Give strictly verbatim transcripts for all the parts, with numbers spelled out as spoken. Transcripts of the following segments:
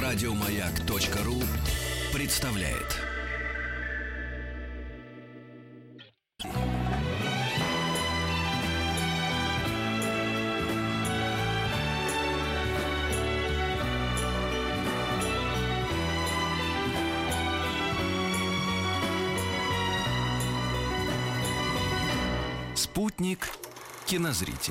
Радиомаяк.ру представляет. Спутник кинозрителя.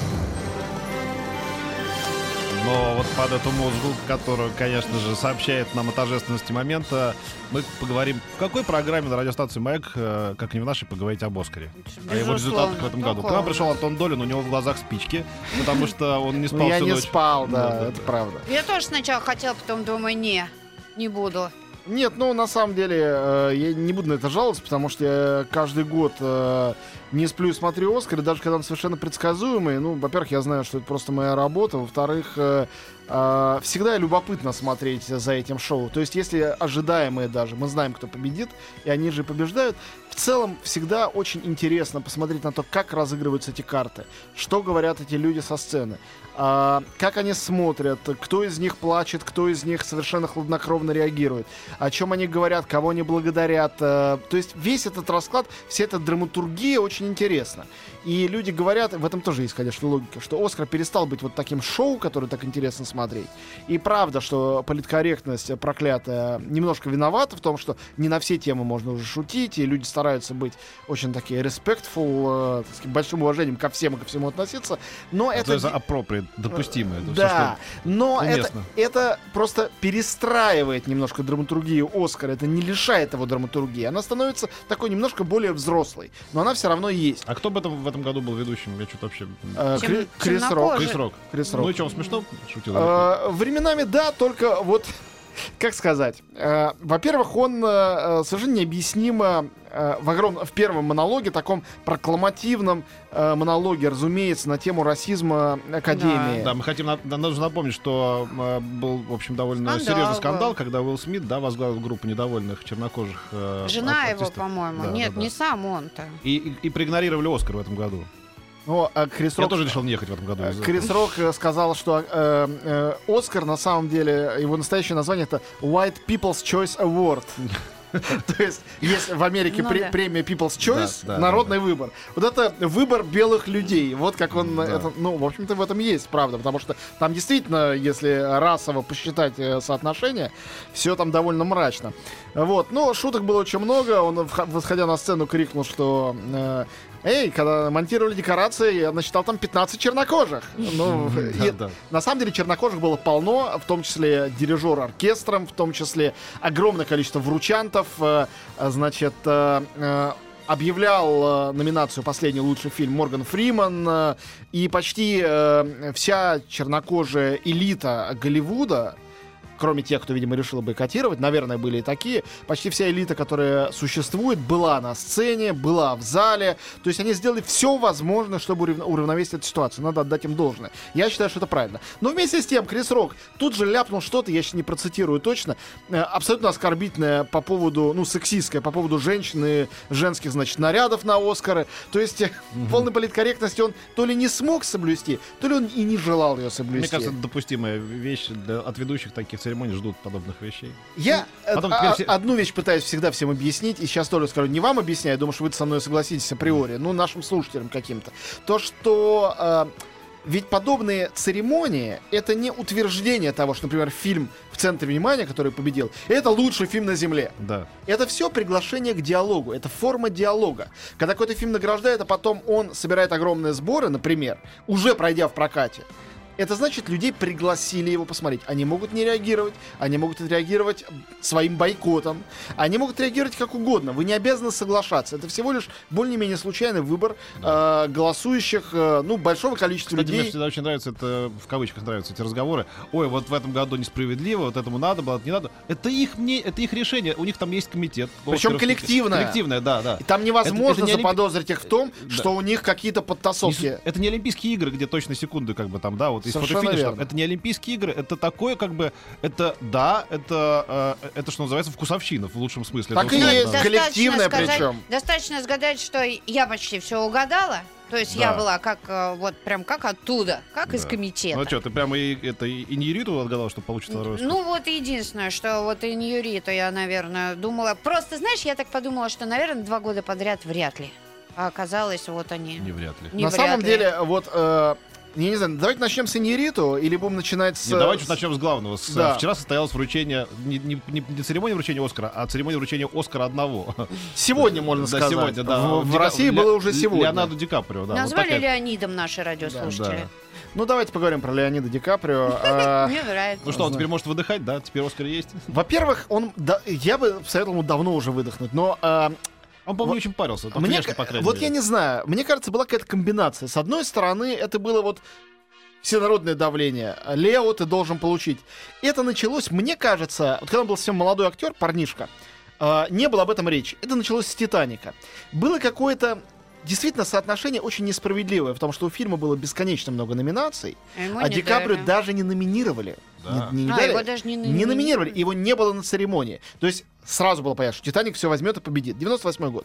Но вот под эту музыку, которая, конечно же, сообщает нам о торжественности момента, мы поговорим в какой программе на радиостанции «Маяк», как не в нашей, поговорить об «Оскаре», о его результатах в этом году. К нам пришел Антон Долин, у него в глазах спички, потому что он не спал Я всю не ночь. спал, да, это правда. Я тоже сначала хотела, потом думаю, не, не буду. Нет, ну, на самом деле, э, я не буду на это жаловаться, потому что я каждый год э, не сплю и смотрю «Оскар», и даже когда он совершенно предсказуемый, ну, во-первых, я знаю, что это просто моя работа, во-вторых, э, э, всегда любопытно смотреть за этим шоу. То есть, если ожидаемые даже, мы знаем, кто победит, и они же побеждают, в целом всегда очень интересно посмотреть на то, как разыгрываются эти карты, что говорят эти люди со сцены. А, как они смотрят, кто из них плачет, кто из них совершенно хладнокровно реагирует, о чем они говорят, кого они благодарят. А, то есть весь этот расклад, вся эта драматургия очень интересна. И люди говорят, в этом тоже есть, конечно, логика, что «Оскар» перестал быть вот таким шоу, которое так интересно смотреть. И правда, что политкорректность проклятая немножко виновата в том, что не на все темы можно уже шутить, и люди стараются быть очень такие respectful, э, так сказать, большим уважением ко всем и ко всему относиться. Но это... Это appropriate, допустимое. Это да, все, но это, уместно. это просто перестраивает немножко драматургию «Оскара». Это не лишает его драматургии. Она становится такой немножко более взрослой. Но она все равно есть. А кто в этом, в этом году был ведущим? Я что-то вообще... Э, Чем- Кри- Крис Рок. Крис Рок. Крис Ну Рок. и что, он смешно шутил? Э, временами да, только вот, как сказать, э, во-первых, он э, совершенно необъяснимо э, в, огром... в первом монологе, таком прокламативном э, монологе, разумеется, на тему расизма Академии. Да, мы хотим, на- на- нужно напомнить, что э, был, в общем, довольно Скандал серьезный был. скандал, когда Уилл Смит, да, возглавил группу недовольных чернокожих э, Жена артистов. его, по-моему. Да, Нет, да, да. не сам он-то. И, и, и проигнорировали «Оскар» в этом году. Но, а Крис Я Рок... тоже решил не ехать в этом году. Э, из-за- Крис Рок э, сказал, что э, э, «Оскар» на самом деле, его настоящее название — это White People's Choice Award. То есть есть в Америке Ну пре- да. премия People's Choice, Да, да, народный выбор. Вот это выбор белых людей. Вот как он... Да. это, ну, в общем-то, в этом есть правда. Потому что там действительно, если расово посчитать э, соотношение, все там довольно мрачно. Вот. Ну, шуток было очень много. Он, вх- восходя на сцену, крикнул, что... э, Эй, когда монтировали декорации, я насчитал там пятнадцать чернокожих. Ну, и Да, да. на самом деле чернокожих было полно, в том числе дирижер оркестром, в том числе огромное количество вручантов. э, Значит, э, э, объявлял э, номинацию «Последний лучший фильм» Морган Фриман. э, И почти э, вся чернокожая элита Голливуда, кроме тех, кто, видимо, решил бойкотировать, наверное, были и такие, почти вся элита, которая существует, была на сцене, была в зале. То есть они сделали все возможное, чтобы урав- уравновесить эту ситуацию. Надо отдать им должное. Я считаю, что это правильно. Но вместе с тем Крис Рок тут же ляпнул что-то, я сейчас не процитирую точно, э, абсолютно оскорбительное по поводу, ну, сексистское, по поводу женщин и женских, значит, нарядов на «Оскары». То есть э, полной политкорректности он то ли не смог соблюсти, то ли он и не желал ее соблюсти. Мне кажется, это допустимая вещь для, от ведущих таких церемоний, ждут подобных вещей. Я э, Потом а- теперь все- одну вещь пытаюсь всегда всем объяснить, и сейчас тоже скажу, не вам объясняю, думаю, что вы со мной согласитесь априори, ну, нашим слушателям каким-то. То, что э, ведь подобные церемонии — это не утверждение того, что, например, фильм в центре внимания, который победил, это лучший фильм на Земле. Да. Это все приглашение к диалогу, это форма диалога. Когда какой-то фильм награждает, а потом он собирает огромные сборы, например, уже пройдя в прокате, это значит, людей пригласили его посмотреть. Они могут не реагировать, они могут отреагировать своим бойкотом, они могут реагировать как угодно. Вы не обязаны соглашаться. Это всего лишь более-менее случайный выбор э, голосующих, э, ну, большого количества Кстати, мне людей. всегда очень нравится это, в кавычках нравятся эти разговоры. Ой, вот в этом году несправедливо, вот этому надо было, это не надо. Это их, мне, это их решение. У них там есть комитет. Причем Оскаровский. коллективное. Коллективное, да, да. И там невозможно Это- это не заподозрить их в том, Да. что у них какие-то Не подтасовки. с- Это не Олимпийские игры, где точно секунды, как бы там, да, вот из Совершенно фотофинишеров. верно. Это не Олимпийские игры, это такое, как бы, это, да, это, э, это что называется, вкусовщина в лучшем смысле. Так этого и слова, есть, да. коллективное сказать, причем. Достаточно сказать, что я почти все угадала. То есть Да. я была как э, вот прям как оттуда, как из Да. комитета. Ну что, ты прямо и, это, и Ньюриту отгадал, что получит второй Оскар? Ну вот единственное, что вот и Ньюри-то я, наверное, думала. Просто, знаешь, я так подумала, что, наверное, два года подряд вряд ли. А оказалось, вот они. Не вряд ли. Не На вряд самом ли. деле, вот, э, я не знаю, давайте начнем с Иньериту, или будем начинать с... Не, давайте начнем с главного. С, Да. Вчера состоялось вручение, не, не, не- не церемония вручения Оскара, а церемония вручения Оскара одного. Сегодня, можно Да, сказать. сегодня, да. В, в Ди- России Ле- было уже сегодня. Леонардо Ди Каприо, да. вот Назвали такая- Леонидом наши радиослушатели. Да. Ну, давайте поговорим про Леонида Ди Каприо. А, Мне нравится. Ну что, он теперь может выдыхать, да? Теперь Оскар есть. Во-первых, он, да, я бы советовал ему давно уже выдохнуть, но... а, Он, по-моему, Вот- не очень парился. так Мне, внешне, по крайней вот мере. я не знаю, мне кажется, была какая-то комбинация. С одной стороны, это было вот всенародное давление. Лео, ты должен получить. Это началось, мне кажется, вот когда он был совсем молодой актер, парнишка, э, не было об этом речи. Это началось с «Титаника». Было какое-то действительно соотношение очень несправедливое, потому что у фильма было бесконечно много номинаций, Ему а не Ди Каприо дали. даже не номинировали. Да. Не, не- не А, дали. его даже не Не номинировали. номинировали, его не было на церемонии. То есть сразу было понятно, что «Титаник» все возьмет и победит. девяносто восьмой год.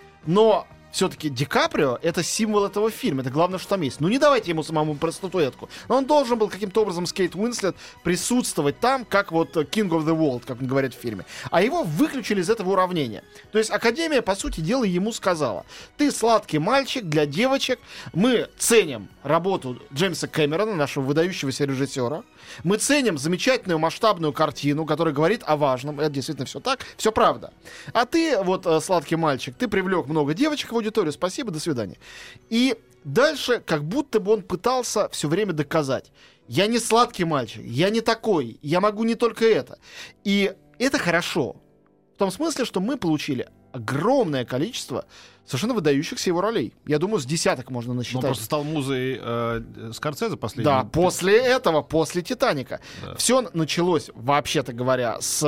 Но все-таки Ди Каприо — это символ этого фильма, это главное, что там есть. Ну не давайте ему самому про статуэтку. Но он должен был каким-то образом с Кейт Уинслет присутствовать там, как вот King of the World, как говорят в фильме. А его выключили из этого уравнения. То есть Академия, по сути дела, ему сказала: ты сладкий мальчик для девочек, мы ценим работу Джеймса Кэмерона, нашего выдающегося режиссера, мы ценим замечательную масштабную картину, которая говорит о важном. Это действительно все так, все правда. А ты, вот, э, сладкий мальчик, ты привлек много девочек в аудиторию, спасибо, до свидания. И дальше, как будто бы он пытался все время доказать: я не сладкий мальчик, я не такой, я могу не только это. И это хорошо. В том смысле, что мы получили огромное количество совершенно выдающихся его ролей. Я думаю, с десяток можно Он насчитать. просто стал музой э, Скорсезе последним. Да, после этого, после «Титаника». Да. Все началось, вообще-то говоря, с...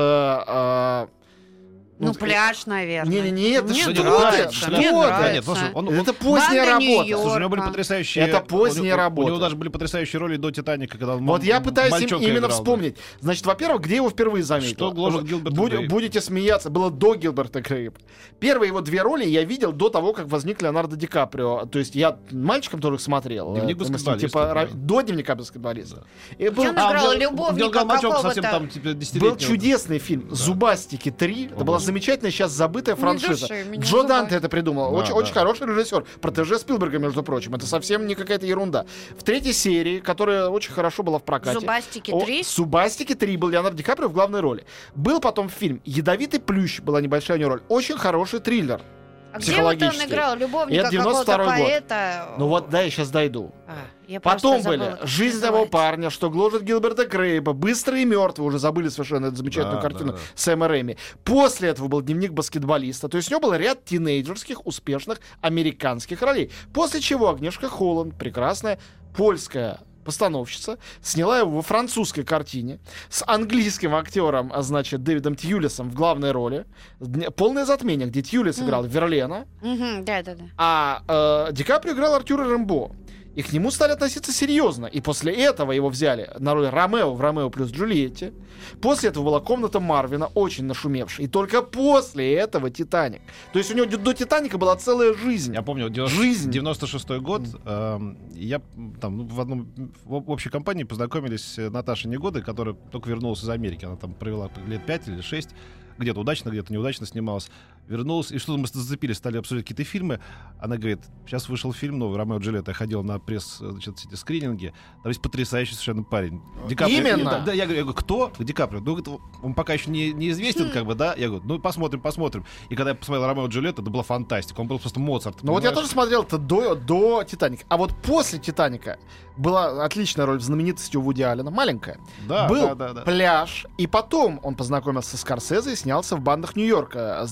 э, Ну, с- пляж, наверное. Не-не-не, это Мне что ты? нравится, Что мне ты? нравится. Да нет, слушай, он- он- Это поздняя Банда работа. Нью-Йорк. Слушай, у него были Йорка. потрясающие... Это поздняя у него- работа. У него даже были потрясающие роли до «Титаника», когда он Вот м- я пытаюсь им мальчонка именно играл, да. вспомнить. Значит, во-первых, где его впервые заметил? Что гложет Вот Гилберта будь- Грейпа? Будете смеяться. Было до Гилберта Грейпа. Первые его две роли я видел до того, как возник Леонардо Ди Каприо. То есть я мальчиком, который смотрел. Дневник э, в смысле, баскетболиста, типа, да. ра- до дневника баскетболиста. И был- Он А, играл он делал- любовника он делал мальчонка какого-то. совсем там, типа, десятилетнего. Был чудесный фильм «Зубастики три». Это О, была боже. замечательная, сейчас забытая Не франшиза. души меня, Джо зубастики. Данте это придумал. Да, очень, да. очень хороший режиссер. Протеже Спилберга, между прочим. Это совсем не какая-то ерунда. В третьей серии, которая очень хорошо была в прокате. Зубастики О, три. «Зубастики три» был Леонардо Ди Каприо в главной роли. Был потом фильм «Ядовитый плющ», была небольшая у него роль. Очень хороший триллер. А где вот он психологический. играл? Любовника Это девяносто какого-то второй год. поэта? Ну вот, да, я сейчас дойду. А, я Потом просто были забыла, как «Жизнь того называется. парня», «Что гложет Гилберта Грейпа», «Быстрый и мертвый», уже забыли совершенно эту замечательную Да, картину да, да. Сэма Рэйми. После этого был «Дневник баскетболиста». То есть у него был ряд тинейджерских, успешных американских ролей. После чего Агнешка Холланд, прекрасная польская постановщица, сняла его во французской картине с английским актером, а значит, Дэвидом Тьюлисом в главной роли. Дня- «Полное затмение», где Тьюлис играл Верлена, Мгм, да-да-да. а э, Ди Каприо играл Артюра Рэмбо. И к нему стали относиться серьезно. И после этого его взяли на роль Ромео в «Ромео плюс Джульетте». После этого была «Комната Марвина», очень нашумевшая. И только после этого «Титаник». То есть у него до «Титаника» была целая жизнь. Я помню, Жизнь. девяносто шестой год, эм, я м, там ну, в одном в об- общей компании познакомились с Наташей Негодой, которая только вернулась из Америки. Она там провела лет пять или шесть, где-то удачно, где-то неудачно снималась. Вернулась, и что-то мы зацепились, стали обсуждать какие-то фильмы. Она говорит: сейчас вышел фильм новый «Ромео и Джульетта». Я ходил на пресс, значит, эти скрининги. Там есть потрясающий совершенно парень. Ди Каприо. Именно. Да, да, я говорю, я говорю, кто? Ди Каприо. Ну, говорит, он пока еще не, неизвестен, как бы, да? Я говорю, ну, посмотрим, посмотрим. И когда я посмотрел «Ромео и Джульетту», это была фантастика. Он был просто Моцарт. Ну вот я понимаешь? тоже смотрел это до, до «Титаника». А вот после «Титаника» была отличная роль в знаменитости у Вуди Аллена, маленькая. Да, Был да, да, да. «Пляж», и потом он познакомился с Скорсезе и снялся в «Бандах Нью-Йорка» с Дэниелом Дэ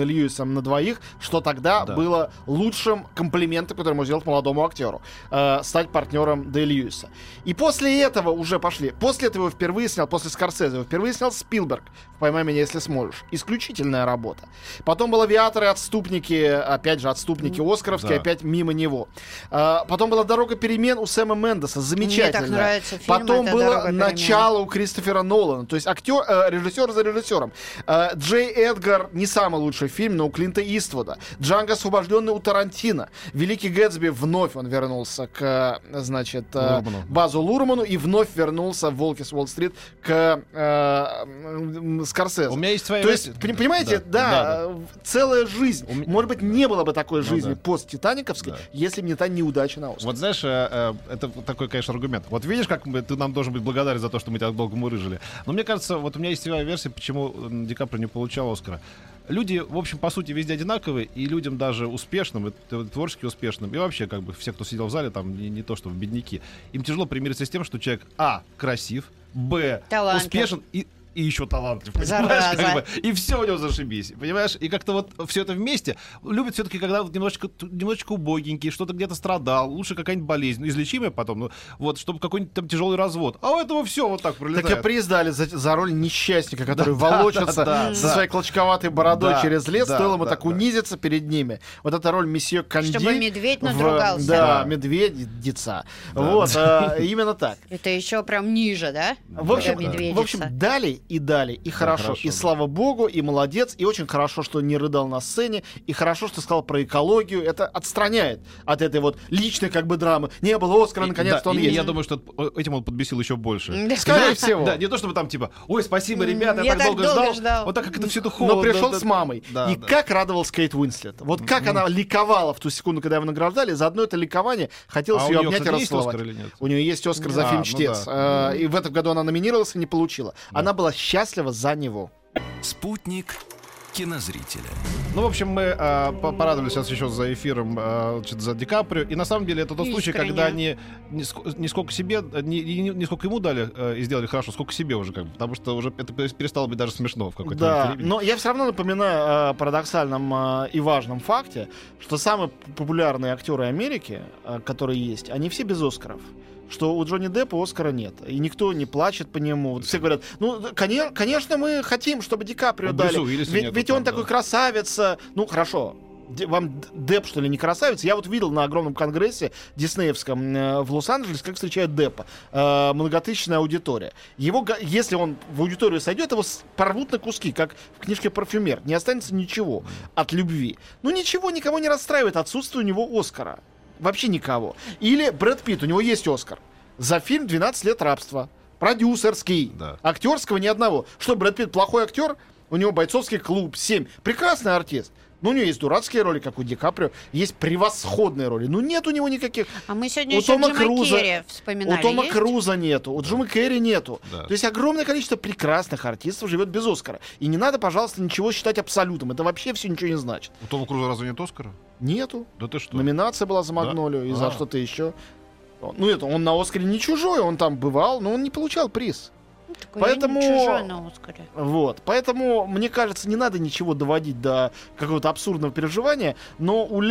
Льюисом на двоих, что тогда Да. было лучшим комплиментом, который можно сделать молодому актеру. Э, стать партнером Дэй Льюиса. И после этого уже пошли. После этого его впервые снял, после Скорсезе, его впервые снял Спилберг в «Поймай меня, если сможешь». Исключительная работа. Потом был «Авиатор» и «Отступники», опять же, «Отступники» оскаровские, Да. опять мимо него. А, потом была «Дорога перемен» у Сэма Мендеса, замечательно. Мне так нравится фильм, Потом это было «Дорога перемен». «Начало» у Кристофера Нолана. То есть актер, э, режиссер за режиссером. Э, Джей Эдгар не самый лучший фильм, но у Клинта Иствуда. «Джанго освобожденный» у Тарантино. «Великий Гэтсби» вновь он вернулся к, значит, э, Лурману. Базу Лурману и вновь вернулся в «Волки с Уолл-стрит» к э, м, Скорсезе. У меня есть своя То есть, версия. пони- понимаете, Да, да, да, э, целая жизнь. У ме- Может быть, не было бы такой Ну жизни да. пост-титаниковской, Да. если бы не та неудача на Оскаре. Вот знаешь, э, э, это вот такой, конечно, аргумент. Вот видишь, как мы, ты нам должен быть благодарен за то, что мы тебя долго мурыжили. Но мне кажется, вот у меня есть своя версия, почему м, Ди Каприо не получал Оскара. Люди, в общем, по сути, везде одинаковые, и людям даже успешным, и т- творчески успешным, и вообще, как бы, все, кто сидел в зале, там, не, не то, что бедняки, им тяжело примириться с тем, что человек, а, красив, б, Талантлив. успешен, и и еще талантлив, понимаешь, Зараза. как бы, и все у него зашибись, понимаешь, и как-то вот все это вместе любят все-таки, когда вот немножечко, немножечко убогенький, что-то где-то страдал, лучше какая-нибудь болезнь, ну, излечимая потом, ну, вот, чтобы какой-нибудь там тяжелый развод, а у этого все вот так пролетает. Так и приз дали за, за роль несчастника, который Да, волочится да, да, со да. своей клочковатой бородой Да, через лес, да, стоило ему да, так да. унизиться перед ними. Вот эта роль месье Канди. Чтобы медведь в- надругался. Да, Да. медведица. Вот, а, именно так. Это еще прям ниже, да? В общем, Когда медведица. в общем, дали и дали, и хорошо, хорошо, и да. слава богу, и молодец, и очень хорошо, что не рыдал на сцене, и хорошо, что сказал про экологию. Это отстраняет от этой вот личной как бы драмы. Не было Оскара, И- наконец-то да, он и есть. я думаю, что этим он подбесил еще больше. Да. Скорее всего. Да, не то чтобы там типа, ой, спасибо, ребята, я, Я так, так долго, долго ждал. ждал. Вот так как это все это холодно. Но пришел да, с да, мамой. да, и да. как радовалась Кейт Уинслет. Вот как она ликовала в ту секунду, когда его награждали. За одно это ликование хотелось А у ее неё, обнять и кстати, есть расцеловать. Оскар или нет? У нее есть Оскар за А, фильм ну «Чтец». да. Э, И в этом году она номинировалась и не получила. Она была счастлива за него. Спутник кинозрителя. Ну, в общем, мы а, по- порадовались сейчас еще за эфиром а, значит, за Ди Каприо. И на самом деле это тот случай, Искренне. когда они не, ск- не сколько себе, не, не- не сколько ему дали э, и сделали хорошо, сколько себе уже, как бы, потому что уже это перестало быть даже смешно в какой-то Да, момент времени. но я все равно напоминаю о парадоксальном э, и важном факте, что самые популярные актеры Америки, э, которые есть, они все без Оскаров. Что у Джонни Деппа Оскара нет. И никто не плачет по нему. Вот все говорят, ну, коне- конечно, мы хотим, чтобы Ди Каприо У дали. Брюса Уиллиса Ведь, нету ведь там, он да. такой красавец. э, Ну, хорошо. Д- Вам Д- Депп, что ли, не красавец? Я вот видел на огромном конгрессе диснеевском э, в Лос-Анджелесе, как встречают Деппа. Э, многотысячная аудитория. Его, га- если он в аудиторию сойдет, его с- порвут на куски, как в книжке «Парфюмер». Не останется ничего от любви. Ну, ничего никого не расстраивает отсутствие у него Оскара. Вообще никого. Или Брэд Питт, у него есть Оскар. За фильм «двенадцать лет рабства». Продюсерский. Да. Актерского ни одного. Что, Брэд Питт плохой актер? У него «Бойцовский клуб», «семь». Прекрасный артист. Но у него есть дурацкие роли, как у Ди Каприо. Есть превосходные роли. Ну, нет у него никаких. А мы сегодня У еще Тома Джима Круза- Керри вспоминали. У Тома Есть? Круза нету, у Джима Керри нету. Да. То есть огромное количество прекрасных артистов живет без Оскара. И не надо, пожалуйста, ничего считать абсолютом. Это вообще все ничего не значит. У Тома Круза разве нет Оскара? Нету. Да ты что? Номинация была за «Магнолию» и за А. что-то еще. Ну, это он на Оскаре не чужой, он там бывал, но он не получал приз. Ну, такой, Поэтому- я не чужой на Оскаре. Вот. Поэтому, мне кажется, не надо ничего доводить до какого-то абсурдного переживания. Но у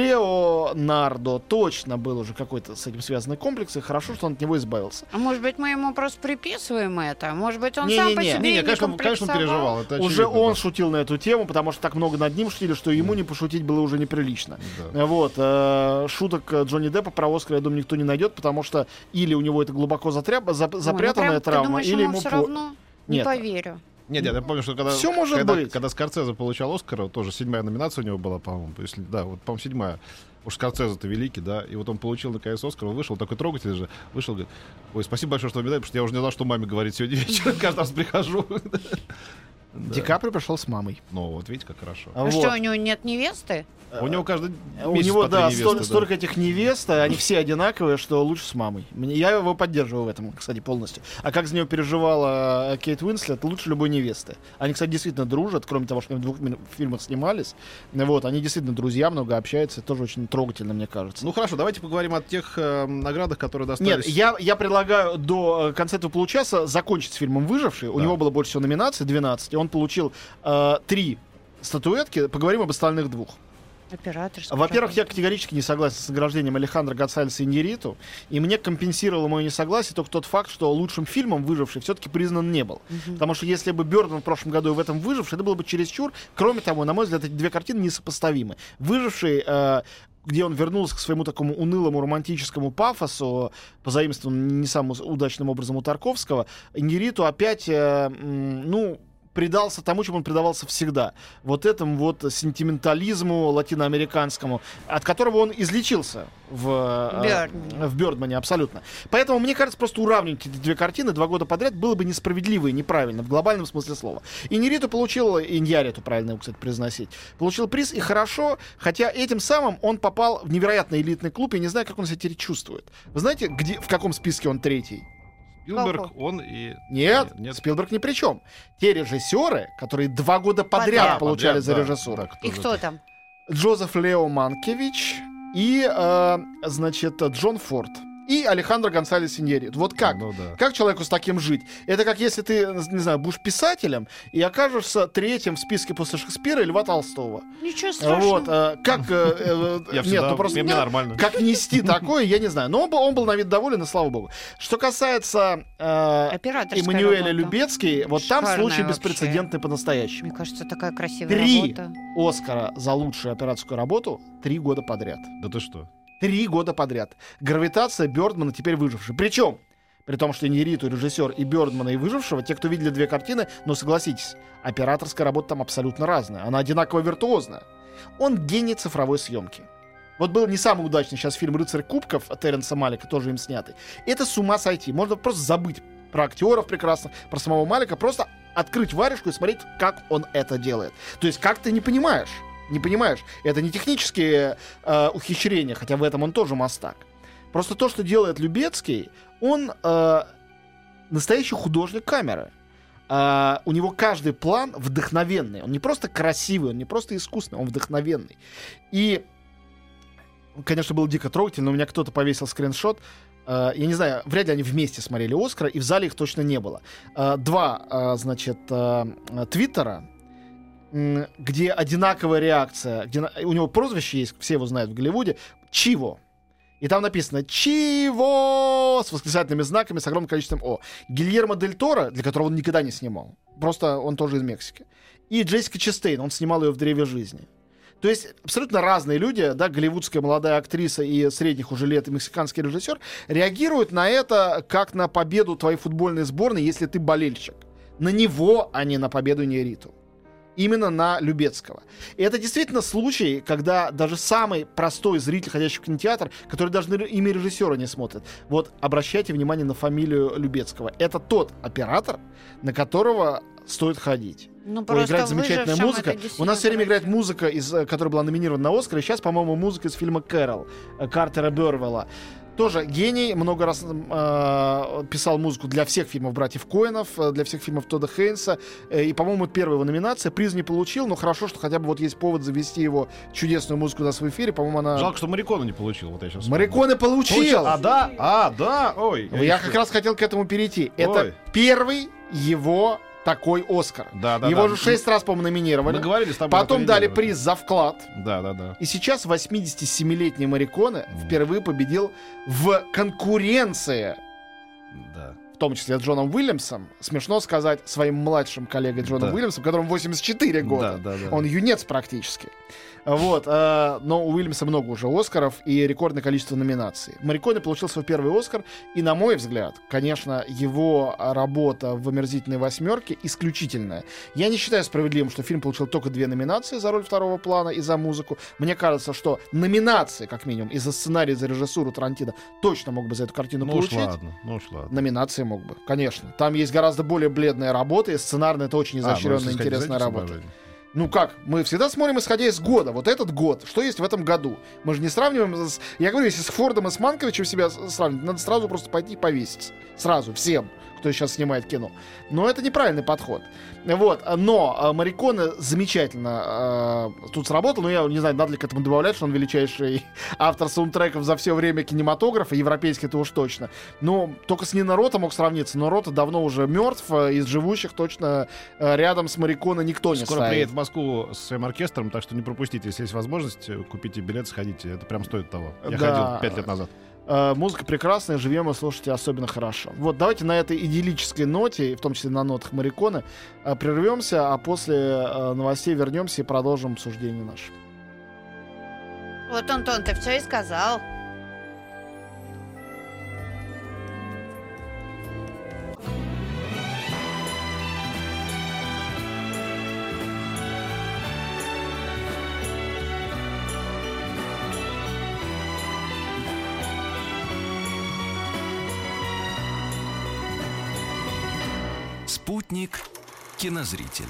Леонардо точно был уже какой-то с этим связанный комплекс, и хорошо, что он от него избавился. А может быть, мы ему просто приписываем это? Может быть, он сам по Не-не-не. себе Не, не, не конечно, он- конечно, он комплексовал? переживал. Это Уже очевидно, он да. шутил на эту тему, потому что так много над ним шутили, что ему не пошутить было уже неприлично. Да. Вот. э, Шуток э, Джонни Деппа про Оскар, я думаю, никто не найдет, потому что или у него это глубоко затряп- за- Ой, ну запрятанная прям, ты травма, думаешь, или ему ему все по- равно? Не Нет. поверю. Нет, нет, я помню, что когда, Всё может когда, быть. когда Скорсезе получал Оскара, тоже седьмая номинация у него была, по-моему, если, да, вот, по-моему, седьмая. Уж Скорсезе-то великий, да, и вот он получил наконец Оскар, он вышел, такой трогательный же, вышел, говорит, ой, спасибо большое, что вы мне дали, потому что я уже не знал, что маме говорить сегодня вечером, каждый раз прихожу. Ди Каприо пришел с мамой. Ну, вот видите, как хорошо. А Вот. что, у него нет невесты? У него каждый У месяц него, по три да, невесты, столь- да. столько этих невест, а они все одинаковые, что лучше с мамой. Мне- Я его поддерживаю в этом, кстати, полностью. А как за нее переживала э, Кейт Уинслет, лучше любой невесты. Они, кстати, действительно дружат, кроме того, что они в двух ми- фильмах снимались. Вот, они действительно друзья, много общаются. Это тоже очень трогательно, мне кажется. Ну хорошо, давайте поговорим о тех э, наградах, которые Нет, достались. я, я предлагаю до э, конца этого получаса закончить с фильмом «Выживший». У Да. него было больше всего номинаций, двенадцать, и он получил э, три статуэтки, поговорим об остальных двух. Операторская Во-первых, я работа. категорически не согласен с награждением Алехандро Гонсалеса Иньярриту, и мне компенсировало мое несогласие только тот факт, что лучшим фильмом «Выживший» все-таки признан не был. Мгм. Потому что если бы Бёрдман в прошлом году в этом «Выживший», это было бы чересчур. Кроме того, на мой взгляд, эти две картины несопоставимы. «Выживший», э, где он вернулся к своему такому унылому романтическому пафосу, позаимствованному не самым удачным образом у Тарковского, Иньярриту опять, э, м, ну... предался тому, чему он предавался всегда. Вот этому вот сентиментализму латиноамериканскому, от которого он излечился в, э, Бёрдмане. в Бёрдмане, абсолютно. Поэтому, мне кажется, просто уравнивать эти две картины два года подряд было бы несправедливо и неправильно, в глобальном смысле слова. Иньярриту получил, Иньярриту, правильно его, кстати, произносить, получил приз, и хорошо, хотя этим самым он попал в невероятно элитный клуб, я не знаю, как он себя теперь чувствует. Вы знаете, где, в каком списке он третий? Спилберг, он и... Нет, нет. Спилберг ни при чем. Те режиссеры, которые два года подряд, Подряд. получали Подряд, за да, режиссуру. да, И же кто это? там? Джозеф Лео Манкевич и, э, значит, Джон Форд. И Алехандро Гонсалес Иньярриту. Вот как? Ну да. Как человеку с таким жить? Это как если ты, не знаю, будешь писателем и окажешься третьим в списке после Шекспира и Льва Толстого. Ничего страшного. Вот, э, как... э, э, Я нет, всегда, ну просто... мне нормально. Как нести такое, я не знаю. Но он был, он был на вид доволен, и слава богу. Что касается э, Операторская Эммануэля работа. Любецкий, вот там Шикарная случай вообще. беспрецедентный по-настоящему. Мне кажется, такая красивая Три работа. Оскара за лучшую операторскую работу три года подряд. Да ты что? Три года подряд. Гравитация Бёрдмана, теперь «Выживший». Причем, при том, что Иньярриту режиссер и Бёрдмана, и «Выжившего», те, кто видели две картины, но согласитесь, операторская работа там абсолютно разная. Она одинаково виртуозная. Он гений цифровой съемки. Вот был не самый удачный сейчас фильм «Рыцарь кубков» Терренса Малика, тоже им снятый. Это с ума сойти. Можно просто забыть про актеров прекрасно, про самого Малика, просто открыть варежку и смотреть, как он это делает. То есть, как ты не понимаешь. Не понимаешь, это не технические э, ухищрения, хотя в этом он тоже мастак. Просто то, что делает Любецкий, он э, настоящий художник камеры. Э, у него каждый план вдохновенный. Он не просто красивый, он не просто искусный, он вдохновенный. И, конечно, было дико трогательно, но у меня кто-то повесил скриншот. Uh, я не знаю, вряд ли они вместе смотрели «Оскара», и в зале их точно не было. Uh, два, uh, значит, uh, твиттера, м, где одинаковая реакция, где на- у него прозвище есть, все его знают в Голливуде, «Чиво». И там написано «Чиво» с восклицательными знаками, с огромным количеством «О». Гильермо Дель Торо, для которого он никогда не снимал, просто он тоже из Мексики. И Джессика Честейн, он снимал ее в «Древе жизни». То есть абсолютно разные люди, да, голливудская молодая актриса и средних уже лет и мексиканский режиссер, реагируют на это как на победу твоей футбольной сборной, если ты болельщик. На него, а не на победу Иньярриту. Именно на Любецкого. И это действительно случай, когда даже самый простой зритель, ходящий в кинотеатр, который даже на имя режиссера не смотрит, вот обращайте внимание на фамилию Любецкого. Это тот оператор, на которого стоит ходить. Ну, Ой, просто играет замечательная «Выжившим» музыка. это У нас все время действительно играет музыка, из, э, которая была номинирована на Оскар, и сейчас, по-моему, музыка из фильма «Кэрол» э, Картера Бёрвелла. Тоже гений, много раз э, писал музыку для всех фильмов братьев Коэнов, э, для всех фильмов Тодда Хейнса. Э, и, по-моему, это первая его номинация. Приз не получил, но хорошо, что хотя бы вот есть повод завести его чудесную музыку у нас в эфире. По-моему, она... Жалко, что Морриконе не получил. Вот я сейчас Морриконе получил! А, да? А, да? Ой. Я как раз хотел к этому перейти. Это Ой. первый его такой Оскар. Да, да, Его да. же шесть раз, по-моему, номинировали. Мы говорили с тобой. Потом на той дали неделе. приз за вклад. Да, да, да. И сейчас восьмидесятисемилетний Морриконе впервые победил в конкуренции, Да. в том числе с Джоном Уильямсом. Смешно сказать своим младшим коллегой Джоном Да. Уильямсом, которому восемьдесят четыре года. Да, да, да. Он юнец практически. Вот, э, но у Уильямса много уже Оскаров и рекордное количество номинаций. Морриконе получил свой первый Оскар, и, на мой взгляд, конечно, его работа в «Омерзительной восьмерке» исключительная. Я не считаю справедливым, что фильм получил только две номинации за роль второго плана и за музыку. Мне кажется, что номинации, как минимум, и за сценарий, и за режиссуру Тарантино точно мог бы за эту картину Ну уж получить. ладно, ну уж ладно. Номинации мог бы, конечно. Там есть гораздо более бледная работа, и сценарно это очень А, ну, изощренная, если сказать, интересная знаете, работа. соображение. Ну как, мы всегда смотрим, исходя из года. Вот этот год, что есть в этом году. Мы же не сравниваем с... Я говорю, если с Фордом и с Манковичем себя с- сравнивать, надо сразу просто пойти и повеситься. Сразу, всем. кто сейчас снимает кино. Но это неправильный подход. Вот. Но Морриконе замечательно э, тут сработал. Но я не знаю, надо ли к этому добавлять, что он величайший автор саундтреков за все время кинематографа, европейский это уж точно. Но только с Нино Рота мог сравниться, но Рота давно уже мертв, из живущих точно э, рядом с Морриконе никто не Скоро стоит. приедет в Москву со своим оркестром, так что не пропустите. Если есть возможность, купите билет, сходите. Это прям стоит того. Я Да. ходил пять лет назад. Э, музыка прекрасная, живем и слушайте особенно хорошо. Вот, давайте на этой идиллической ноте, в том числе на нотах Морриконе, э, прервемся, а после э, новостей вернемся и продолжим обсуждение наше. Вот, Антон, ты все и сказал. Спутник кинозрителя.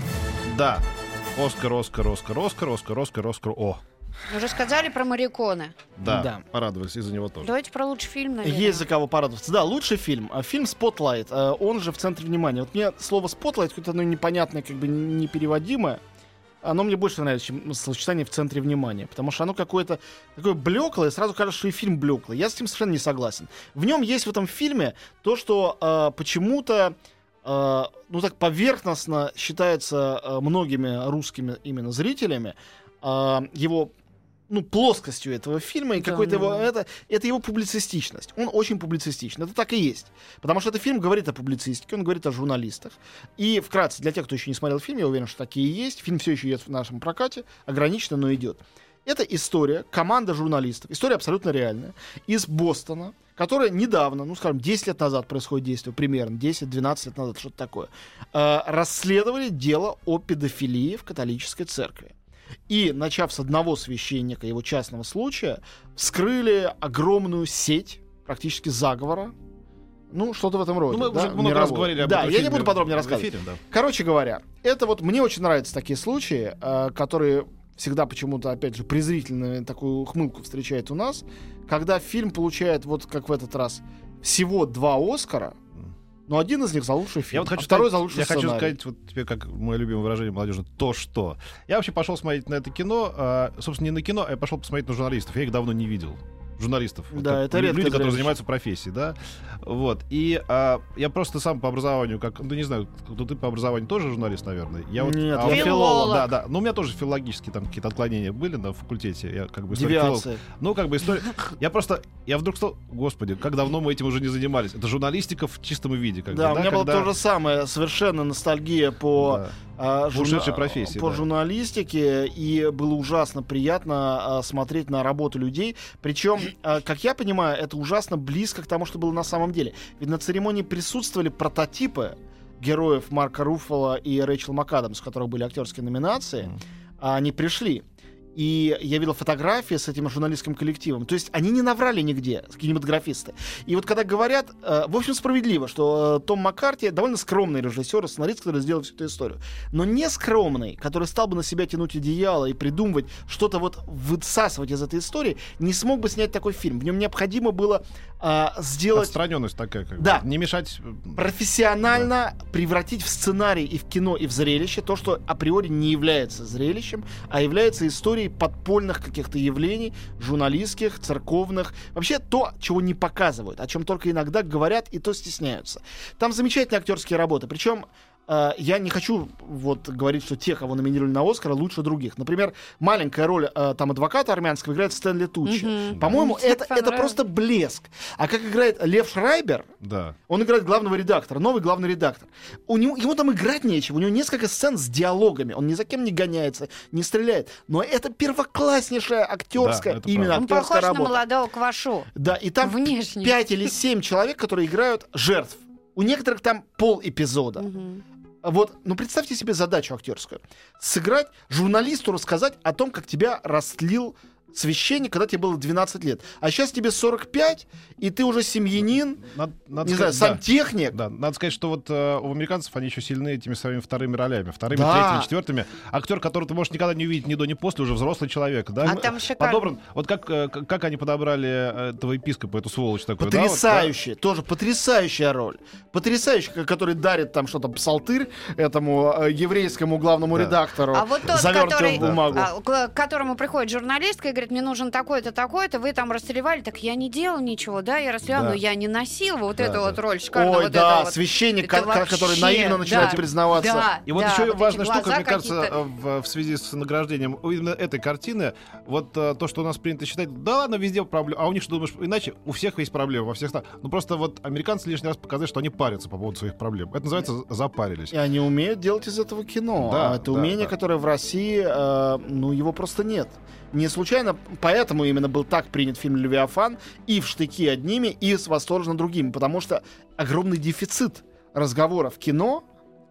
Да. Оскар, Оскар, Оскар, Оскар, Оскар, Оскар, Оскар, о. Уже сказали про Морриконе. Да, Да. порадовались из-за него тоже. Давайте про лучший фильм, наверное. Есть за кого порадоваться. Да, лучший фильм. А, Фильм «Спотлайт». а, Он же в центре внимания. Вот мне слово «спотлайт» какое-то оно непонятное, как бы непереводимое. Оно мне больше нравится, чем сочетание «в центре внимания». Потому что оно какое-то такое блеклое, сразу кажется, что и фильм блеклый. Я с этим совершенно не согласен. В нем есть в этом фильме то, что э, почему-то э, ну так поверхностно считается э, многими русскими именно зрителями э, его ну, плоскостью этого фильма и Да, какой-то да, его да. это, это его публицистичность. Он очень публицистичный. Это так и есть. Потому что этот фильм говорит о публицистике, он говорит о журналистах. И вкратце, для тех, кто еще не смотрел фильм, я уверен, что такие и есть. Фильм все еще идет в нашем прокате, ограниченно, но идет. Это история, команда журналистов, история абсолютно реальная, из Бостона, которая недавно, ну, скажем, десять лет назад происходит действие, примерно, десять-двенадцать лет назад, что-то такое, э, расследовали дело о педофилии в католической церкви. И, начав с одного священника, его частного случая, вскрыли огромную сеть, практически заговора. Ну, что-то в этом роде. Ну, мы да, уже много мирового. раз говорили об Да, этом я не фильме буду подробнее в рассказывать. эфире, да. Короче говоря, это вот мне очень нравятся такие случаи, э, которые всегда почему-то, опять же, презрительную такую ухмылку встречают у нас, когда фильм получает, вот как в этот раз, всего два Оскара, но один из них за лучший фильм, Я вот хочу а второй сказать, за лучший я сценарий. хочу сказать, вот тебе, как мое любимое выражение молодежи, то что. Я вообще пошел смотреть на это кино, а, собственно, не на кино, а я пошел посмотреть на журналистов. Я их давно не видел. Журналистов. Вот Да, как это лю- редкое люди, которые зрелище. занимаются профессией, да. Вот. И а, я просто сам по образованию, как, ну не знаю, кто ты по образованию тоже журналист, наверное. Я вот, Нет, а я вот- филолог. Да, да. Ну, у меня тоже филологические там какие-то отклонения были на факультете. Я как бы историк-филолог. Девиации. Ну, как бы история. Я просто, я вдруг стал, господи, как давно мы этим уже не занимались. Это журналистика в чистом виде. Как Да, бы, у меня когда- было то же самое, совершенно ностальгия по, Да. а, журна- ушедшей профессии, по да. журналистике, и было ужасно приятно а, смотреть на работу людей. Причем, а, как я понимаю, это ужасно близко к тому, что было на самом деле. Ведь на церемонии присутствовали прототипы героев Марка Руффало и Рэйчел МакАдамс, у которых были актерские номинации. Мгм. А они пришли. И я видел фотографии с этим журналистским коллективом. То есть они не наврали нигде, кинематографисты. И вот когда говорят, э, в общем, справедливо, что э, Том Маккарти довольно скромный режиссер и сценарист, который сделал всю эту историю. Но не скромный, который стал бы на себя тянуть одеяло и придумывать что-то вот высасывать из этой истории, не смог бы снять такой фильм. В нем необходимо было э, сделать... Отстраненность такая, как Да. бы. Не мешать. профессионально превратить в сценарий и в кино, и в зрелище то, что априори не является зрелищем, а является историей подпольных каких-то явлений, журналистских, церковных. Вообще то, чего не показывают, о чем только иногда говорят и то стесняются. Там замечательные актерские работы. Причем э, я не хочу вот говорить, что те, кого номинировали на Оскар, лучше других. Например, маленькая роль э, там адвоката армянского играет Стэнли Туччи. Мгм. По-моему, Мне так это, это понравилось. просто блеск. А как играет Лев Шрайбер, Да. он играет главного редактора, новый главный редактор. У него, ему там играть нечего, у него несколько сцен с диалогами, он ни за кем не гоняется, не стреляет. Но это первокласснейшая актерская, Да, это именно Он актерская похож на работа. молодого Квашу. Да, и там Внешне. пять или семь человек, которые играют жертв. У некоторых там пол эпизода. Мгм. Вот, ну представьте себе задачу актерскую. Сыграть, журналисту рассказать о том, как тебя растлил священник, когда тебе было двенадцать лет. А сейчас тебе сорок пять, и ты уже семьянин, Надо, надо не сказать, знаю, да. сантехник. Да, надо сказать, что вот э, у американцев они еще сильны этими своими вторыми ролями. Вторыми, Да. третьими, четвертыми. Актер, которого ты можешь никогда не увидеть ни до, ни после, уже взрослый человек. Да? А там шикарно. Подобран. Вот как, э, как как они подобрали этого епископа, эту сволочь такую. Потрясающая, тоже потрясающая роль. Потрясающая, который дарит там что-то псалтырь этому э, еврейскому главному Да. редактору, А вот тот, завернутый который, в бумагу. а, к к которому приходит журналистка и говорит, мне нужен такой-то, такой-то, вы там расстреливали, так я не делал ничего, да, я расстрелял, Да. но я не носил, вот Да, эту да. вот роль шикарно. Ой, вот да, это вот. священник, Это ко- ко- который вообще, наивно начинает да, признаваться. Да, И вот да, еще вот эти важная штука, глаза мне кажется, какие-то. в, в связи с награждением именно этой картины, вот э, то, что у нас принято считать, да ладно, везде проблемы, а у них что думаешь, иначе у всех есть проблемы, во всех странах. Ну просто вот американцы лишний раз показали, что они парятся по поводу своих проблем. Это называется запарились. И они умеют делать из этого кино. Да, А это да, умение, да. которое в России, э, ну, его просто нет. Не случайно, поэтому именно был так принят фильм «Левиафан» и в штыки одними, и с восторженно другими, потому что огромный дефицит разговора в кино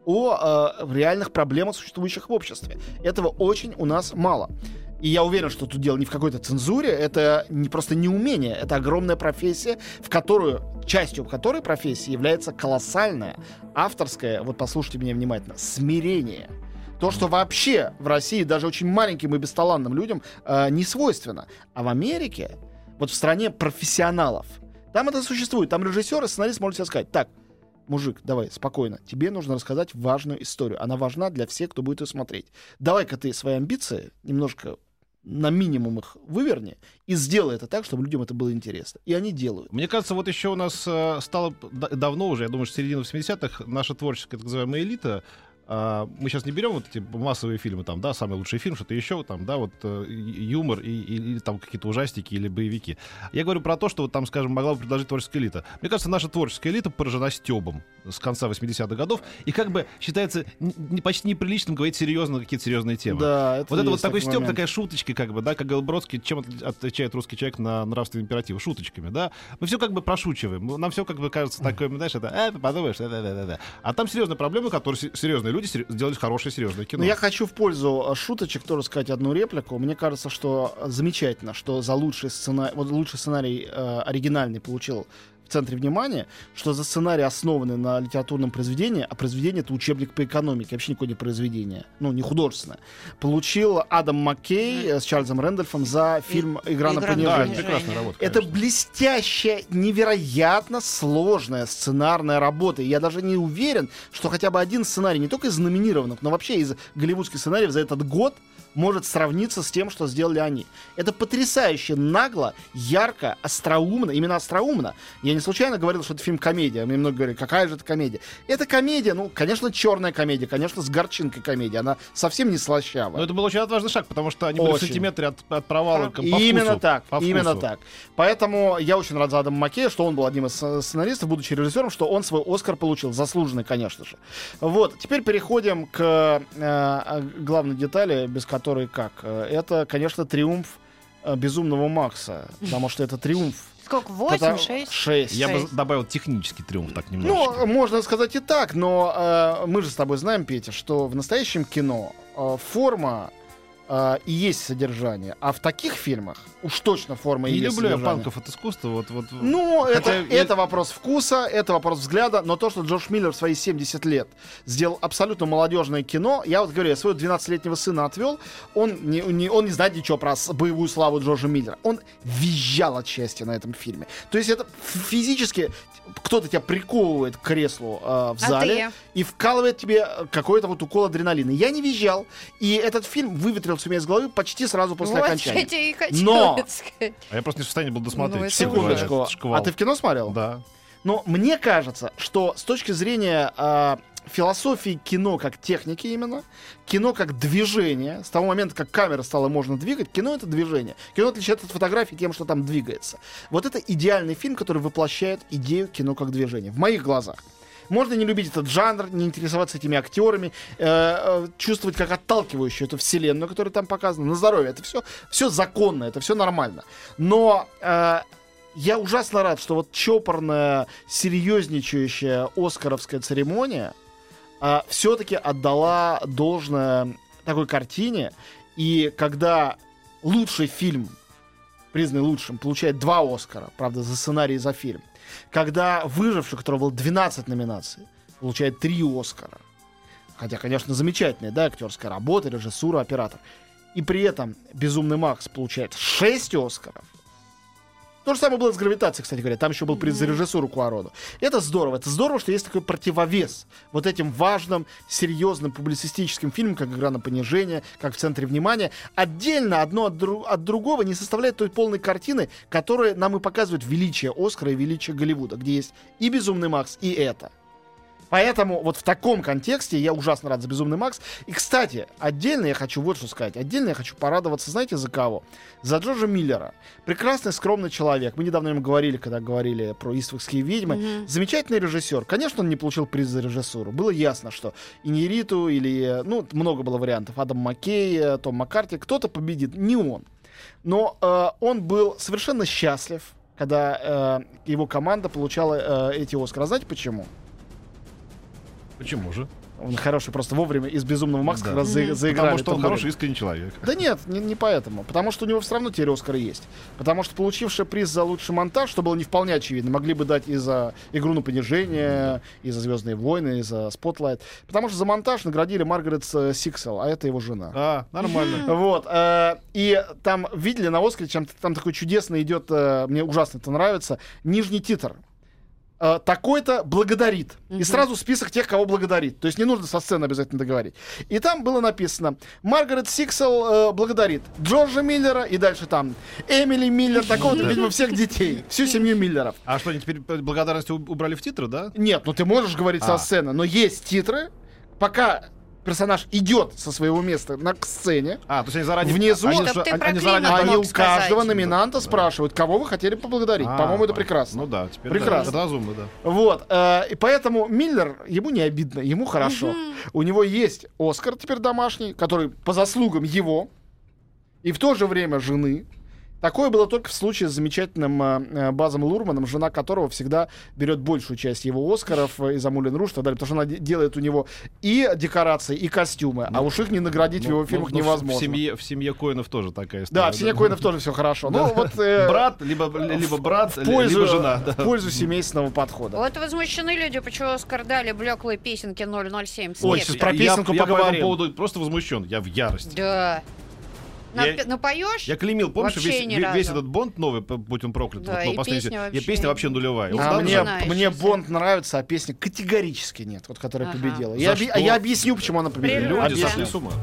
о э, реальных проблемах, существующих в обществе. Этого очень у нас мало. И я уверен, что тут дело не в какой-то цензуре, это не просто неумение, это огромная профессия, в которую, частью которой профессии является колоссальное, авторское, вот послушайте меня внимательно, смирение. То, что вообще в России даже очень маленьким и бесталанным людям э, не свойственно. А в Америке, вот в стране профессионалов, там это существует. Там режиссер и сценарист может себе сказать, так, мужик, давай, спокойно, тебе нужно рассказать важную историю. Она важна для всех, кто будет ее смотреть. Давай-ка ты свои амбиции немножко на минимум их выверни и сделай это так, чтобы людям это было интересно. И они делают. Мне кажется, вот еще у нас э, стало д- давно уже, я думаю, что с середины восьмидесятых, наша творческая, так называемая элита, э, мы сейчас не берем вот эти массовые фильмы, там, да, самый лучший фильм, что-то еще, там, да, вот э, юмор и, и- или там какие-то ужастики или боевики. Я говорю про то, что вот там, скажем, могла бы предложить творческая элита. Мне кажется, наша творческая элита поражена стёбом с конца восьмидесятых годов, и как бы считается н- не, почти неприличным говорить серьезно на какие-то серьезные темы. Да, это Вот это вот есть такой такой стёб, момент. такая шуточка, как бы, да, как говорил Бродский, чем от- отличает русский человек на нравственный императив? Шуточками, да. Мы все как бы прошучиваем. Мы- Нам все как бы кажется такое, знаешь, это, э, подумаешь, да, да, да, да. А там серьезные проблемы, которые се- серьезные люди сер- сделали хорошее серьезное кино. Но я хочу в пользу э, шуточек тоже сказать одну реплику. Мне кажется, что замечательно, что за лучший сценарий, вот лучший сценарий э, оригинальный получил в центре внимания, что за сценарий, основанный на литературном произведении, а произведение — это учебник по экономике, вообще никакое не произведение, ну, не художественное, получил Адам Маккей э, с Чарльзом Рэндольфом за фильм «Игра на «Игра на Да, понижение». это прекрасная работа. Это конечно. блестящая, невероятно сложная сценарная работа. И я даже не уверен, что хотя бы один сценарий, не только из номинированных, но вообще из голливудских сценариев за этот год может сравниться с тем, что сделали они. Это потрясающе нагло, ярко, остроумно. Именно остроумно. Я не случайно говорил, что это фильм-комедия. Мне много говорят, какая же это комедия. Это комедия, ну, конечно, черная комедия, конечно, с горчинкой комедия. Она совсем не слащавая. Но это был очень отважный шаг, потому что они были в Очень. сантиметре от, от провала по Именно вкусу, так, по именно вкусу. так. Поэтому я очень рад за Адама Маккея, что он был одним из э, сценаристов, будучи режиссером, что он свой Оскар получил, заслуженный, конечно же. Вот, теперь переходим к э, главной детали, без которой как. Э, Это, конечно, триумф э, Безумного Макса, потому что это триумф. Сколько? Восемь, Потому- шесть? Шесть. Я бы Шесть. добавил технический триумф так немножечко. Ну, можно сказать и так, но э, мы же с тобой знаем, Петя, что в настоящем кино э, форма э, и есть содержание, а в таких фильмах уж точно форма и не есть люблю я содержание. панков от искусства. Вот, вот. Ну, Хотя это, я- это вопрос вкуса, это вопрос взгляда, но то, что Джордж Миллер в свои семьдесят лет сделал абсолютно молодежное кино, я вот говорю, я своего двенадцатилетнего сына отвел, он не, не- он не знает ничего про с- боевую славу Джорджа Миллера, он визжал от счастья на этом фильме. То есть это физически кто-то тебя приковывает к креслу э, в А зале ты? и вкалывает тебе какой-то вот укол адреналина. Я не визжал, и этот фильм выветрился у меня из головы почти сразу после Вот окончания. я тебе и хотела Но! сказать. А я просто не в состоянии был досмотреть. Ну, это что называется, Секундочку. этот шквал. А ты в кино смотрел? Да. Но мне кажется, что с точки зрения э, философии кино как техники именно, кино как движение, с того момента, как камера стала можно двигать, кино — это движение. Кино отличается от фотографии тем, что там двигается. Вот это идеальный фильм, который воплощает идею кино как движение. В моих глазах. Можно не любить этот жанр, не интересоваться этими актерами, э, э, чувствовать как отталкивающую эту вселенную, которая там показана, на здоровье. Это все, все законно, это все нормально. Но э, я ужасно рад, что вот чопорная, серьезничающая оскаровская церемония э, все-таки отдала должное такой картине. И когда лучший фильм признанный лучшим, получает два Оскара, правда, за сценарий и за фильм. Когда «Выживший», у которого было двенадцать номинаций, получает три Оскара. Хотя, конечно, замечательная, да, актерская работа, режиссура, оператор. И при этом «Безумный Макс» получает шесть Оскаров. То же самое было с «Гравитацией», кстати говоря. Там еще был приз за режиссуру Куароду. Это здорово. Это здорово, что есть такой противовес вот этим важным, серьезным публицистическим фильмам, как «Игра на понижение», как «В центре внимания». Отдельно одно от, дру- от другого не составляет той полной картины, которая нам и показывает величие Оскара и величие Голливуда, где есть и «Безумный Макс», и это. Поэтому вот в таком контексте я ужасно рад за «Безумный Макс». И, кстати, отдельно я хочу вот что сказать. Отдельно я хочу порадоваться, знаете, за кого? За Джорджа Миллера. Прекрасный, скромный человек. Мы недавно ему говорили, когда говорили про «Иствикские ведьмы». Mm-hmm. Замечательный режиссер. Конечно, он не получил приз за режиссуру. Было ясно, что Иньярриту или... Ну, много было вариантов. Адам Маккей, Том Маккарти. Кто-то победит. Не он. Но э, он был совершенно счастлив, когда э, его команда получала э, эти «Оскары». А знаете почему? Почему же? Он хороший просто вовремя из «Безумного Макса» Да. как раз за, заиграли. Потому что он Том хороший, Брэди. искренний человек. Да нет, не, не поэтому. Потому что у него все равно теперь Оскар есть. Потому что получивший приз за лучший монтаж, что было не вполне очевидно, могли бы дать и за «Игру на понижение», и за «Звездные войны», и за «Спотлайт». Потому что за монтаж наградили Маргарет Сиксел, а это его жена. А, нормально. Вот. Э, и там видели на «Оскаре», чем там такой чудесный идет, э, мне ужасно это нравится, нижний титр. Uh, такой-то благодарит. Uh-huh. И сразу список тех, кого благодарит. То есть не нужно со сцены обязательно договорить. И там было написано: Маргарет Сиксел uh, благодарит Джорджа Миллера, и дальше там Эмили Миллер, такого-то, видимо, всех детей. Всю семью Миллеров. А что, они теперь благодарность убрали в титры, да? Нет, ну ты можешь говорить а. со сцены, но есть титры, пока персонаж идет со своего места на к сцене. А, то есть они заранее... Внизу они, Чтоб ты они, про они, климат заранее... Они мог у каждого сказать. номинанта Да. спрашивают, кого вы хотели поблагодарить. А, По-моему, это понятно. прекрасно. Ну да, теперь Прекрасно. Да, это разумно, да. Вот, э, и поэтому Миллер, ему не обидно, ему хорошо. У него есть Оскар теперь домашний, который по заслугам его и в то же время жены. Такое было только в случае с замечательным э, Базом Лурманом, жена которого всегда берет большую часть его Оскаров э, из-за Мулен Руж и так далее, потому что она де- делает у него и декорации, и костюмы, ну, а уж их не наградить ну, в его фильмах ну, невозможно. В семье, в семье Коэнов тоже такая история. Да, в семье Коэнов тоже все хорошо. Ну, вот, э, брат, либо, либо брат, в пользу, либо жена. Да. в пользу семейственного подхода. Вот возмущены люди, почему Оскар дали блеклой песенке ноль ноль семь. Ой, Смерти. сейчас про Я- песенку я, я по поговорим. этому поводу просто возмущен, я в ярости. Да. На- Я- Напоешь? Я клеймил, помнишь, Вообще весь, ни весь разу. этот Бонд новый, п- будь он проклят, Да, вот, ну, и последний, песня и вообще- песня вообще нулевая. Не Вот А надо мне, же- знаешь, мне всё. Бонд нравится, а песня категорически нет, вот которая Ага. победила. За Я, оби- что? я объясню, почему она победила. Прелюдия. Люди Объясню. сошли с ума.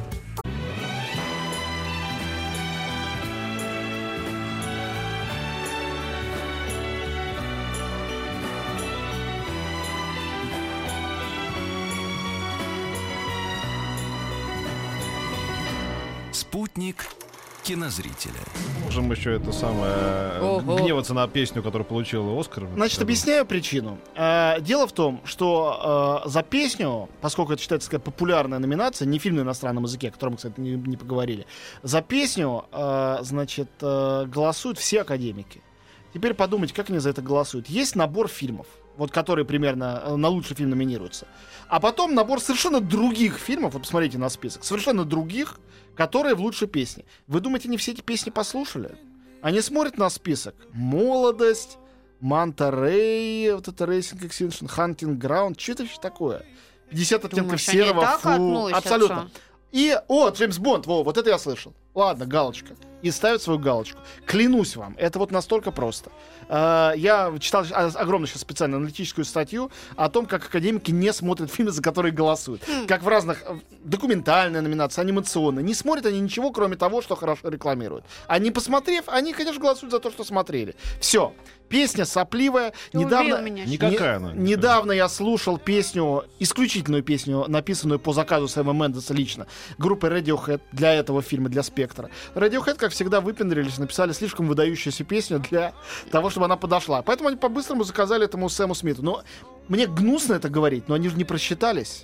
Спутник кинозрителя. Можем еще это самое Ого. гневаться на песню, которая получила Оскар. Значит, объясняю причину. Э, дело в том, что э, за песню, поскольку это считается такая популярная номинация, не фильм на иностранном языке, о котором мы, кстати, не, не поговорили, за песню, э, значит, э, голосуют все академики. Теперь подумайте, как они за это голосуют. Есть набор фильмов, вот которые примерно э, на лучший фильм номинируются. А потом набор совершенно других фильмов, вот посмотрите на список, совершенно других, которые в лучшей песне. Вы думаете, они все эти песни послушали? Они смотрят на список. «Молодость», «Манта Рэй», вот это «Racing Extinction», «Hunting Ground». Что это вообще такое? «пятьдесят оттенков Думаешь, они серого», так фу. относятся? Абсолютно. И, о, Джеймс Бонд, во, вот это я слышал. Ладно, галочка. И ставят свою галочку. Клянусь вам, это вот настолько просто. Э, Я читал о- огромную сейчас специальную аналитическую статью о том, как академики не смотрят фильмы, за которые голосуют. Как в разных э, документальные номинации, анимационные. Не смотрят они ничего, кроме того, что хорошо рекламируют. А не посмотрев, они, конечно, голосуют за то, что смотрели. Все. Песня сопливая. Ты Недавно, убил меня. Никакая она. не- недавно я слушал песню, исключительную песню, написанную по заказу Сэма Мендеса лично, группы Radiohead для этого фильма, для «Спектра». Radiohead, как всегда, выпендрились, написали слишком выдающуюся песню для того, чтобы она подошла. Поэтому они по-быстрому заказали этому Сэму Смиту. Но мне гнусно это говорить, но они же не просчитались.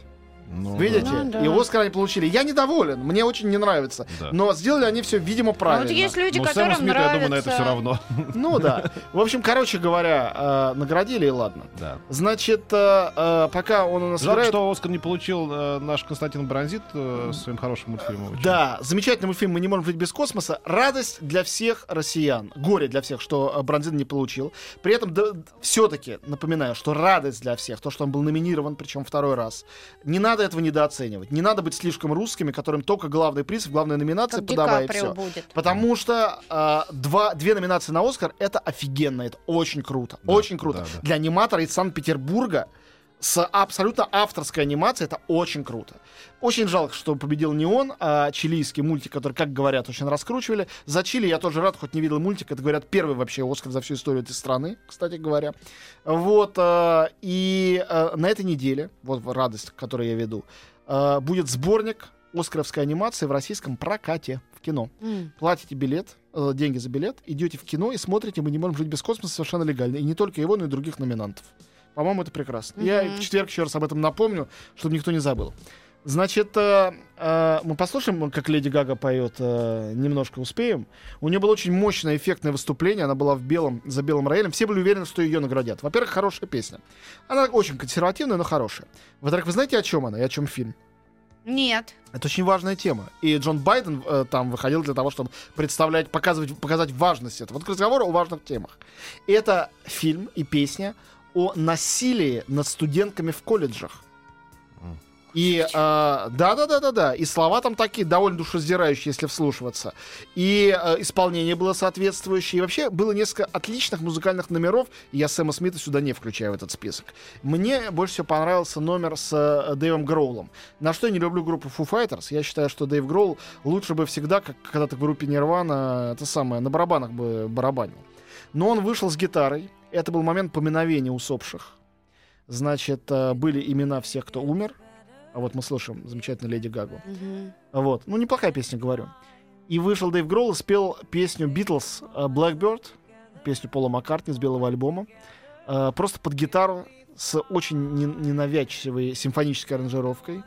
Ну, Видите? Ну, да. И Оскар они получили. Я недоволен, мне очень не нравится. Да. Но сделали они все, видимо, А правильно. вот есть люди, Ну, Сэму которым Смиту, нравится... я думаю, на это все равно. Ну да. В общем, короче говоря, э, наградили, и ладно. Да. Значит, э, э, пока он у нас Жалко, играет... что Оскар не получил э, наш Константин Бронзит э, своим хорошим мультфильмом. очень. Да, замечательный мультфильм «Мы не можем жить без космоса». Радость для всех россиян. Горе для всех, что э, Бронзин не получил. При этом да, все-таки напоминаю, что радость для всех, то, что он был номинирован, причем второй раз. Не надо этого недооценивать. Не надо быть слишком русскими, которым только главный приз в главной номинации Как подавай и Ди Каприо все. будет. Потому что э, два, две номинации на Оскар — это офигенно, это очень круто. Да, очень круто. да, да. Для аниматора из Санкт-Петербурга с абсолютно авторской анимацией это очень круто. Очень жалко, что победил не он, а чилийский мультик, который, как говорят, очень раскручивали. За Чили я тоже рад, хоть не видел мультик. Это, говорят, первый вообще Оскар за всю историю этой страны, кстати говоря. Вот. Э, и э, на этой неделе, вот радость, которую я веду, э, будет сборник оскаровской анимации в российском прокате в кино. М. Платите билет, э, деньги за билет, идете в кино и смотрите «Мы не можем жить без космоса» совершенно легально. И не только его, но и других номинантов. По-моему, это прекрасно. Мгм. Я в четверг еще раз об этом напомню, чтобы никто не забыл. Значит, э, э, мы послушаем, как Леди Гага поет, э, немножко успеем. У нее было очень мощное, эффектное выступление. Она была в белом, за белым роялем. Все были уверены, что ее наградят. Во-первых, хорошая песня. Она очень консервативная, но хорошая. Во-вторых, вы знаете, о чем она и о чем фильм? Нет. Это очень важная тема. И Джон Байден э, там выходил для того, чтобы представлять, показывать, показать важность этого. Вот к разговору о важных темах. Это фильм и песня о насилии над студентками в колледжах. И да-да-да-да-да. И слова там такие довольно душераздирающие, если вслушиваться. И э, исполнение было соответствующее. И вообще было несколько отличных музыкальных номеров. И я Сэма Смита сюда не включаю в этот список. Мне больше всего понравился номер с э, Дэйвом Гроулом. На что я не люблю группу Foo Fighters. Я считаю, что Дэйв Гроул лучше бы всегда, как когда-то в группе Nirvana, это самое, на барабанах бы барабанил. Но он вышел с гитарой. Это был момент поминовения усопших. Значит, э, были имена всех, кто умер. А вот мы слышим замечательную Леди Гагу. Мгм. Вот. Ну, неплохая песня, говорю. И вышел Дэйв Гроул и спел песню Beatles э, Blackbird, песню Пола Маккартни с белого альбома, э, просто под гитару с очень не- ненавязчивой симфонической аранжировкой.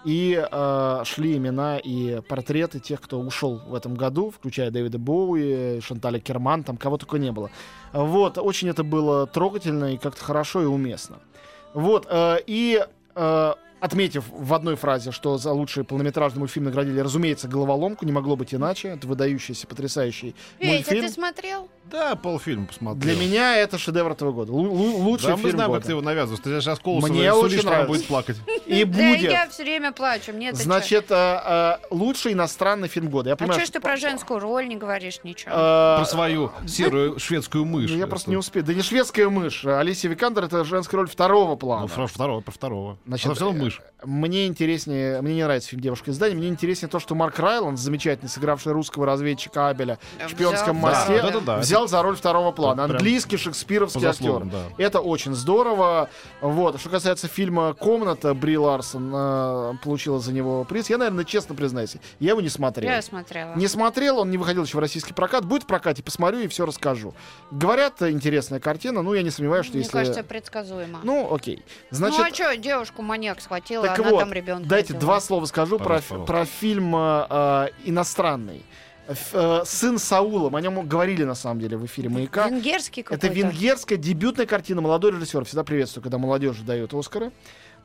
И э, шли имена и портреты тех, кто ушел в этом году, включая Дэвида Боуи, Шанталя Керман, там кого только не было. Вот. Очень это было трогательно и как-то хорошо и уместно. Вот. Э, и... э, Отметив в одной фразе, что за лучший полнометражный мультфильм наградили, разумеется, «Головоломку», не могло быть иначе. Это выдающийся, потрясающий Петя, мультфильм. ты смотрел? Да, полфильм посмотрел. Для меня это шедевр этого года. Лу- лу- лучший Да, мы фильм знаем, года. как ты его навязываешь. Ты сейчас колосу Мне сулишь, очень что она нравится. будет плакать. И Да, будет, я все время плачу. Мне это значит, э, э, лучший иностранный фильм года. Я А понимаю, что ж ты про женскую роль не говоришь ничего? э, Про свою серую шведскую мышь. ну, я просто не успею. Да не шведская мышь. Алисия Викандер — это женская роль второго плана. Ну, про второго, про второго. Значит, Она все равно мышь. Мне интереснее, мне не нравится фильм «Девушка из здания», мне интереснее то, что Марк Райланд, замечательный, сыгравший русского разведчика Абеля в «Шпионском Взял мосте», второе. Да-да-да. взял за роль второго плана. Это прям Английский шекспировский по актер. заслугам, да. Это очень здорово. Вот. Что касается фильма «Комната», Бри Ларсон э, получила за него приз. Я, наверное, честно признаюсь, я его не смотрел. Я смотрела. Не смотрел, он не выходил еще в российский прокат. Будет в прокате, посмотрю и все расскажу. Говорят, интересная картина, ну, я не сомневаюсь, что Мне если... кажется, предсказуемо. Ну, окей. Ну, Значит, а что, девушку-маньяк схватила, так она вот, там ребенка дайте родила. два слова скажу про, Пожалуйста, фи- пожалуйста. про фильм э, э, иностранный. Ф- э, «Сын Саула». Мы о нем говорили, на самом деле, в эфире «Маяка». Венгерский какой-то. Это венгерская дебютная картина. Молодой режиссер. Всегда приветствую, когда молодежи дают Оскары.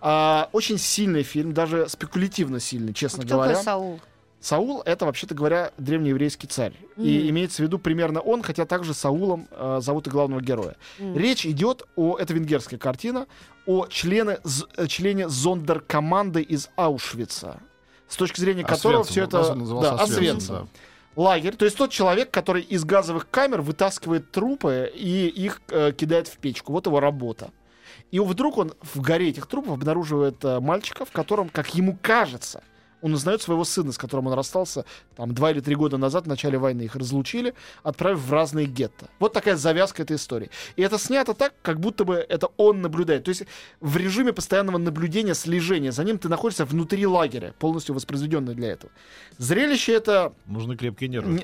А, очень сильный фильм, даже спекулятивно сильный, честно А кто говоря. такой Саул? Саул — это, вообще-то говоря, древнееврейский царь. И Мгм. имеется в виду примерно он, хотя также Саулом э, зовут и главного героя. М. Речь идет о... Это венгерская картина. О члене, з- э, члене зондеркоманды из Аушвица. С точки зрения которого Освенцим. все это... Он назывался Да, Освенцим, Освенцим. да. Лагерь. То есть тот человек, который из газовых камер вытаскивает трупы и их э, кидает в печку. Вот его работа. И вдруг он в горе этих трупов обнаруживает э, мальчика, в котором, как ему кажется, он узнает своего сына, с которым он расстался там два или три года назад, в начале войны. Их разлучили, отправив в разные гетто. Вот такая завязка этой истории. И это снято так, как будто бы это он наблюдает. То есть в режиме постоянного наблюдения, слежения. За ним ты находишься внутри лагеря, полностью воспроизведенный для этого. Зрелище это... Нужны крепкие нервы. не-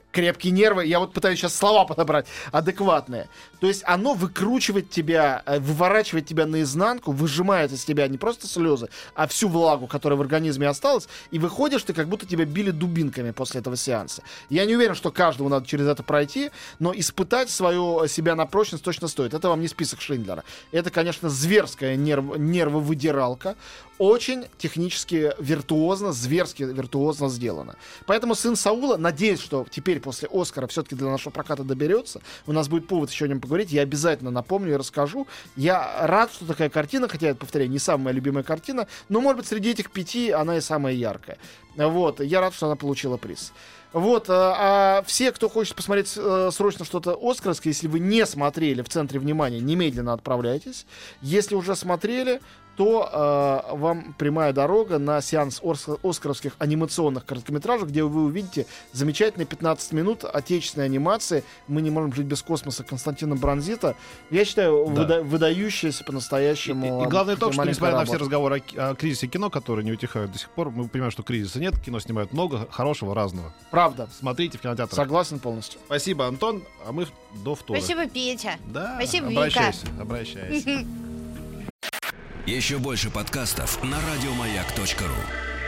крепкие нервы. Я вот пытаюсь сейчас слова подобрать адекватные. То есть оно выкручивает тебя, выворачивает тебя наизнанку, выжимает из тебя не просто слезы, а всю влагу, которая в организме осталась, и выходишь ты, как будто тебя били дубинками после этого сеанса. Я не уверен, что каждому надо через это пройти, но испытать свою себя на прочность точно стоит. Это вам не список Шиндлера. Это, конечно, зверская нерв, нервовыдиралка. Очень технически виртуозно, зверски виртуозно сделано. Поэтому «Сын Саула», надеюсь, что теперь после «Оскара» все-таки до нашего проката доберется. У нас будет повод еще о нем поговорить. Я обязательно напомню и расскажу. Я рад, что такая картина, хотя, я повторяю, не самая моя любимая картина, но, может быть, среди этих пяти она и самая яркая. Вот. Я рад, что она получила приз. Вот, а, а все, кто хочет посмотреть а, срочно что-то оскаровское, если вы не смотрели «В центре внимания», немедленно отправляйтесь. Если уже смотрели, то э, вам прямая дорога на сеанс ос- оскаровских анимационных короткометражек, где вы увидите замечательные пятнадцать минут отечественной анимации «Мы не можем жить без космоса» Константина Бронзита. Я считаю, Да. выда- выдающаяся по-настоящему. И, и главное то, что, несмотря на все работа. разговоры о, о кризисе кино, которые не утихают до сих пор, мы понимаем, что кризиса нет, кино снимают много, хорошего, разного. Правда. Смотрите в кинотеатрах. Согласен полностью. Спасибо, Антон, а мы до вторника. Спасибо, Петя. Да, Спасибо, Вика. обращайся, обращайся. Еще больше подкастов на радиомаяк точка ру.